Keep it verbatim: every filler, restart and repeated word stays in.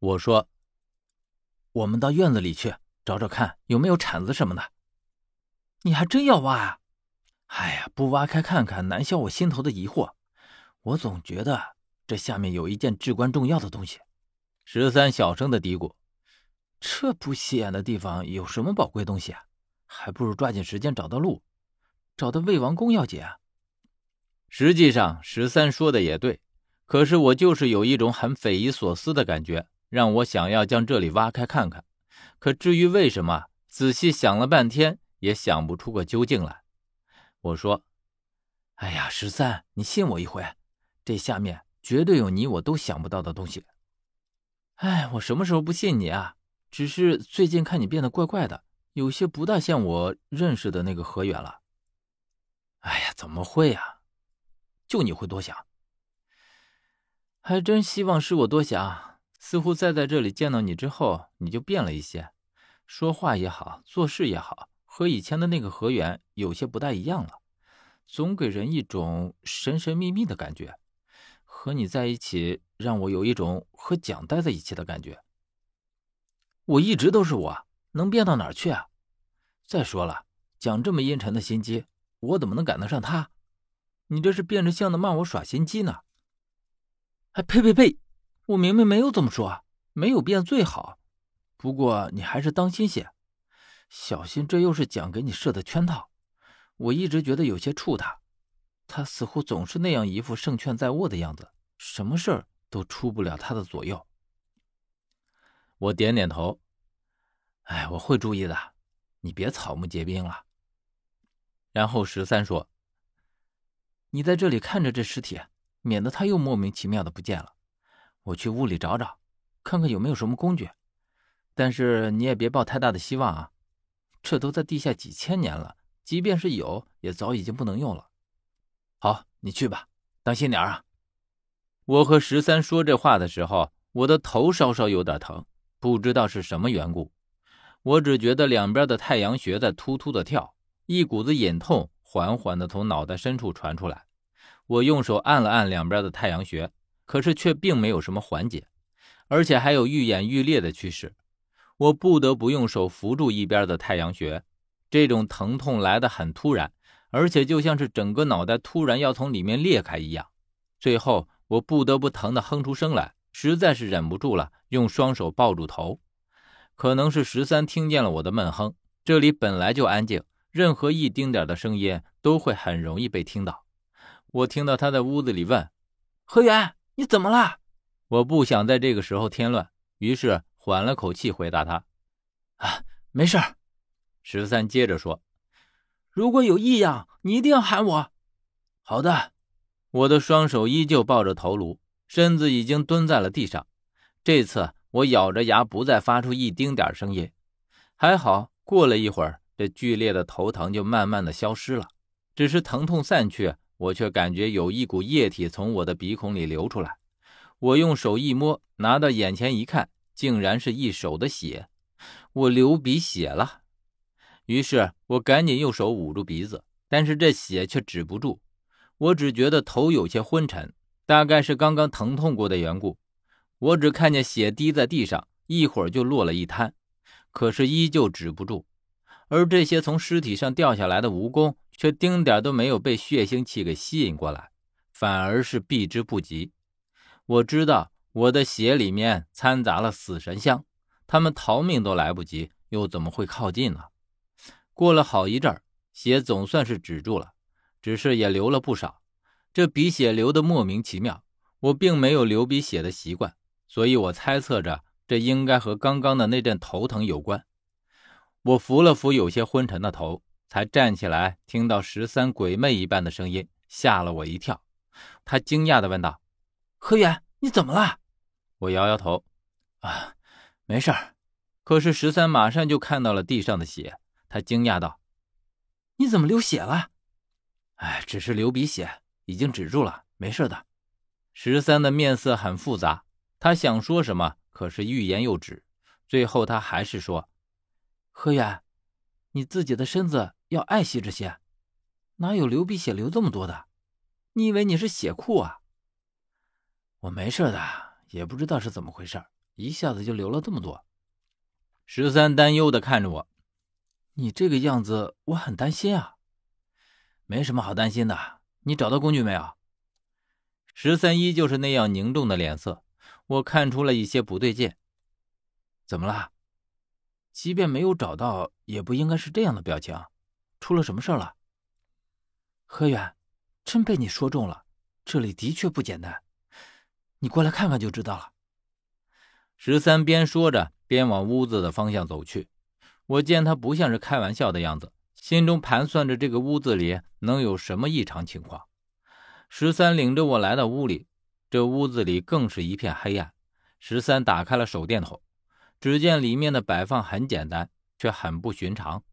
我说：我们到院子里去找找看有没有铲子什么的。 你还真要挖啊？ 哎呀，不挖开看看难消我心头的疑惑。我总觉得这下面有一件至关重要的东西。十三小声的嘀咕：这不起眼的地方有什么宝贵东西啊？还不如抓紧时间找到路，找到魏王宫要紧啊。实际上十三说的也对，可是我就是有一种很匪夷所思的感觉，让我想要将这里挖开看看。可至于为什么，仔细想了半天也想不出个究竟来。我说：哎呀，十三，你信我一回，这下面绝对有你我都想不到的东西。哎，我什么时候不信你啊？只是最近看你变得怪怪的，有些不大像我认识的那个何远了。哎呀，怎么会啊？就你会多想。还真希望是我多想，似乎再在这里见到你之后，你就变了一些，说话也好，做事也好，和以前的那个何远有些不大一样了，总给人一种神神秘秘的感觉。和你在一起让我有一种和蒋待在一起的感觉。我一直都是我，能变到哪儿去啊？再说了，蒋这么阴沉的心机，我怎么能赶得上他？你这是变着相的骂我耍心机呢？哎，呸呸呸！我明明没有这么说，没有变最好。不过你还是当心些，小心这又是蒋给你设的圈套。我一直觉得有些怵他，他似乎总是那样一副胜券在握的样子，什么事儿都出不了他的左右。我点点头，哎，我会注意的，你别草木皆兵了。然后十三说：你在这里看着这尸体，免得他又莫名其妙的不见了。我去屋里找找，看看有没有什么工具。但是你也别抱太大的希望啊，这都在地下几千年了，即便是有，也早已经不能用了。好，你去吧，当心点啊。我和十三说这话的时候，我的头稍稍有点疼，不知道是什么缘故。我只觉得两边的太阳穴在突突的跳，一股子隐痛缓缓地从脑袋深处传出来。我用手按了按两边的太阳穴，可是却并没有什么缓解，而且还有愈演愈烈的趋势。我不得不用手扶住一边的太阳穴，这种疼痛来得很突然，而且就像是整个脑袋突然要从里面裂开一样。最后我不得不疼得哼出声来，实在是忍不住了，用双手抱住头。可能是十三听见了我的闷哼，这里本来就安静，任何一丁点的声音都会很容易被听到。我听到他在屋子里问：何远，你怎么了？我不想在这个时候添乱，于是缓了口气回答他：啊，没事儿。十三接着说：如果有异样，你一定要喊我。好的。我的双手依旧抱着头颅，身子已经蹲在了地上。这次我咬着牙不再发出一丁点声音。还好过了一会儿，这剧烈的头疼就慢慢的消失了，只是疼痛散去，我却感觉有一股液体从我的鼻孔里流出来。我用手一摸，拿到眼前一看，竟然是一手的血。我流鼻血了。于是我赶紧用手捂住鼻子，但是这血却止不住。我只觉得头有些昏沉，大概是刚刚疼痛过的缘故。我只看见血滴在地上，一会儿就落了一滩，可是依旧止不住。而这些从尸体上掉下来的蜈蚣却丁点都没有被血腥气给吸引过来，反而是避之不及。我知道我的血里面掺杂了死神香，他们逃命都来不及，又怎么会靠近呢？过了好一阵儿，血总算是止住了，只是也流了不少。这鼻血流得莫名其妙，我并没有流鼻血的习惯，所以我猜测着这应该和刚刚的那阵头疼有关。我扶了扶有些昏沉的头，才站起来，听到十三鬼魅一般的声音，吓了我一跳。他惊讶地问道：何远，你怎么了？我摇摇头：啊，没事儿。可是十三马上就看到了地上的血，他惊讶道：你怎么流血了？哎，只是流鼻血，已经止住了，没事的。十三的面色很复杂，他想说什么，可是欲言又止，最后他还是说：何远，你自己的身子要爱惜这些，哪有流鼻血流这么多的？你以为你是血库啊？我没事的，也不知道是怎么回事， 一下子就流了这么多。十三担忧地看着我，你这个样子我很担心啊。没什么好担心的，你找到工具没有？十三依旧是那样凝重的脸色，我看出了一些不对劲。怎么了？即便没有找到，也不应该是这样的表情。出了什么事了？ 何远，真被你说中了，这里的确不简单，你过来看看就知道了。 十三边说着边往屋子的方向走去，我见他不像是开玩笑的样子，心中盘算着这个屋子里能有什么异常情况。十三领着我来到屋里，这屋子里更是一片黑暗。十三打开了手电筒，只见里面的摆放很简单，却很不寻常。